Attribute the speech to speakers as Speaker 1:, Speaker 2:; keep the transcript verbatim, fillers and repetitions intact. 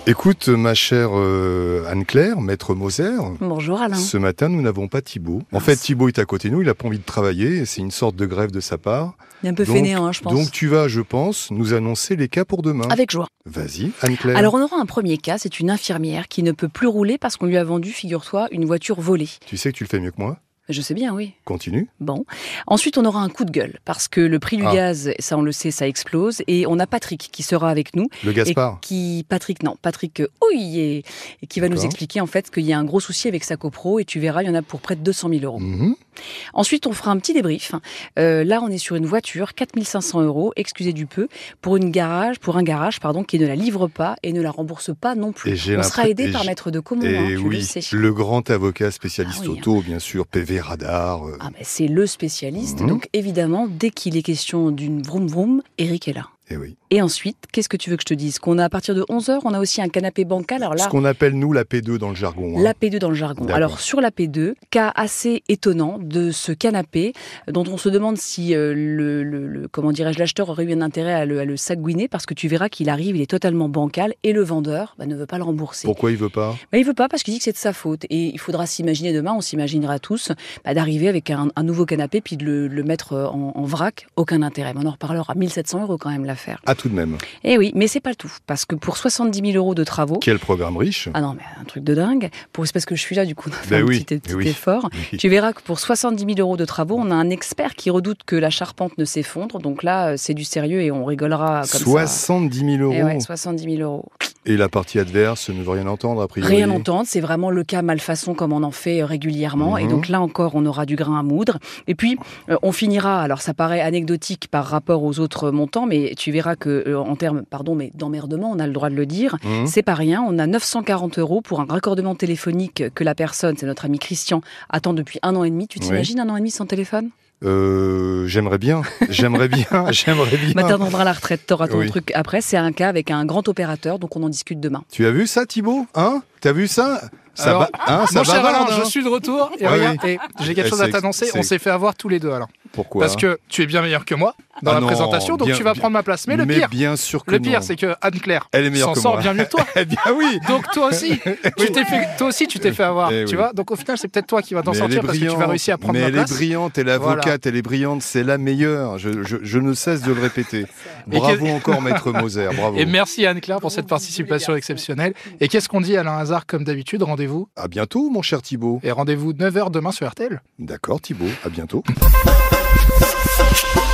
Speaker 1: Écoute, ma chère euh, Anne-Claire, maître Moser.
Speaker 2: Bonjour Alain.
Speaker 1: Ce matin, nous n'avons pas Thibaut. En fait, Thibaut est à côté de nous, il n'a pas envie de travailler, c'est une sorte de grève de sa part.
Speaker 2: Il est un peu
Speaker 1: donc,
Speaker 2: fainéant, hein, je pense.
Speaker 1: Donc tu vas, je pense, nous annoncer les cas pour demain.
Speaker 2: Avec joie.
Speaker 1: Vas-y, Anne-Claire.
Speaker 2: Alors on aura un premier cas, c'est une infirmière qui ne peut plus rouler parce qu'on lui a vendu, figure-toi, une voiture volée.
Speaker 1: Tu sais que tu le fais mieux que moi ?
Speaker 2: Je sais bien, oui.
Speaker 1: Continue.
Speaker 2: Bon. Ensuite, on aura un coup de gueule, parce que le prix du
Speaker 1: ah.
Speaker 2: gaz, ça on le sait, ça explose. Et on a Patrick qui sera avec nous.
Speaker 1: Le Gaspard.
Speaker 2: Et qui, Patrick, non, Patrick euh, Ouillet, et qui va
Speaker 1: D'accord.
Speaker 2: nous expliquer en fait qu'il y a un gros souci avec sa copro, et tu verras, il y en a pour près de deux cent mille euros.
Speaker 1: Mm-hmm.
Speaker 2: Ensuite, on fera un petit débrief. Euh, là, on est sur une voiture, quatre mille cinq cents euros, excusez du peu, pour une garage, pour un garage, pardon, qui ne la livre pas et ne la rembourse pas non plus.
Speaker 1: Et
Speaker 2: on sera aidé par
Speaker 1: j'...
Speaker 2: Maître de Comont,
Speaker 1: et
Speaker 2: hein, tu
Speaker 1: oui,
Speaker 2: le sais.
Speaker 1: Le grand avocat spécialiste
Speaker 2: ah oui,
Speaker 1: auto, bien sûr, P V Radar. Euh...
Speaker 2: Ah ben, c'est le spécialiste,
Speaker 1: mmh.
Speaker 2: donc évidemment, dès qu'il est question d'une vroom vroom, Eric est là.
Speaker 1: Et oui.
Speaker 2: Et ensuite, qu'est-ce que tu veux que je te dise ? Qu'on a à partir de onze heures, on a aussi un canapé bancal. Alors là,
Speaker 1: ce qu'on appelle, nous, la P deux dans le jargon. Hein.
Speaker 2: La P deux dans le jargon.
Speaker 1: D'accord.
Speaker 2: Alors, sur la P deux, cas assez étonnant de ce canapé, dont on se demande si euh, le, le, le, comment dirais-je, l'acheteur aurait eu un intérêt à le, à le sagouiner, parce que tu verras qu'il arrive, il est totalement bancal, et le vendeur bah, ne veut pas le rembourser.
Speaker 1: Pourquoi il veut pas ?
Speaker 2: bah, Il veut pas parce qu'il dit que c'est de sa faute. Et il faudra s'imaginer demain, on s'imaginera tous, bah, d'arriver avec un, un nouveau canapé, puis de le, le mettre en, en vrac. Aucun intérêt. Mais on en reparlera. mille sept cents euros quand même l'affaire.
Speaker 1: Ah, tout de même.
Speaker 2: Eh oui, mais c'est pas le tout, parce que pour soixante-dix mille euros de travaux...
Speaker 1: Quel programme riche.
Speaker 2: Ah non, mais un truc de dingue. Pour... C'est parce que je suis là, du coup, on a fait
Speaker 1: ben
Speaker 2: un
Speaker 1: oui,
Speaker 2: petit, petit
Speaker 1: oui,
Speaker 2: effort.
Speaker 1: Oui.
Speaker 2: Tu verras que pour soixante-dix mille euros de travaux, on a un expert qui redoute que la charpente ne s'effondre. Donc là, c'est du sérieux et on rigolera comme
Speaker 1: soixante-dix mille euros.
Speaker 2: ça. Eh ouais, soixante-dix mille euros.
Speaker 1: Et la partie adverse ne veut rien entendre, a priori.
Speaker 2: Rien entendre, c'est vraiment le cas malfaçon comme on en fait régulièrement. Mmh. Et donc là encore, on aura du grain à moudre. Et puis, euh, on finira, alors ça paraît anecdotique par rapport aux autres montants, mais tu verras que euh, en termes, pardon, mais d'emmerdement, on a le droit de le dire, mmh. c'est pas rien. On a neuf cent quarante euros pour un raccordement téléphonique que la personne, c'est notre ami Christian, attend depuis un an et demi. Tu t'imagines oui. un an et demi sans téléphone ?
Speaker 1: Euh, j'aimerais bien, j'aimerais bien, j'aimerais bien.
Speaker 2: Bah, t'attendras la retraite, t'auras ton
Speaker 1: oui.
Speaker 2: truc après. C'est un cas avec un grand opérateur, donc on en discute demain.
Speaker 1: Tu as vu ça, Thibaut ? Hein ? T'as vu ça ? Ça
Speaker 3: alors,
Speaker 1: va, hein, ça
Speaker 3: mon cher Alain,
Speaker 1: hein
Speaker 3: je suis de retour et,
Speaker 1: ouais,
Speaker 3: regarde,
Speaker 1: oui.
Speaker 3: et j'ai quelque
Speaker 1: et
Speaker 3: chose à t'annoncer.
Speaker 1: C'est...
Speaker 3: On s'est fait avoir tous les deux, Alain.
Speaker 1: Pourquoi ?
Speaker 3: Parce que tu es bien meilleur que moi dans
Speaker 1: ah
Speaker 3: la
Speaker 1: non,
Speaker 3: présentation, donc
Speaker 1: bien,
Speaker 3: tu vas
Speaker 1: bien,
Speaker 3: prendre ma place. Mais le
Speaker 1: mais
Speaker 3: pire,
Speaker 1: bien sûr que
Speaker 3: le pire,
Speaker 1: non.
Speaker 3: c'est que Anne-Claire
Speaker 1: Elle est meilleure
Speaker 3: s'en
Speaker 1: que
Speaker 3: sort
Speaker 1: moi.
Speaker 3: bien mieux que toi.
Speaker 1: Eh bien oui.
Speaker 3: Donc toi aussi, tu t'es fait, toi aussi, tu t'es fait avoir.
Speaker 1: Eh
Speaker 3: tu
Speaker 1: oui.
Speaker 3: vois. Donc au final, c'est peut-être toi qui vas t'en
Speaker 1: mais
Speaker 3: sortir parce que tu vas réussir à prendre
Speaker 1: mais
Speaker 3: ma place.
Speaker 1: Mais elle est brillante, elle est avocate,
Speaker 3: voilà.
Speaker 1: elle est brillante, c'est la meilleure. Je, je, je ne cesse de le répéter. Bravo que... encore, maître Moser. Bravo.
Speaker 3: Et merci Anne-Claire pour cette participation exceptionnelle. Et qu'est-ce qu'on dit, Alain Hazard, comme d'habitude, rendez-vous.
Speaker 1: À bientôt, mon cher Thibaut.
Speaker 3: Et rendez-vous neuf heures demain sur R T L.
Speaker 1: D'accord, Thibaut. À bientôt.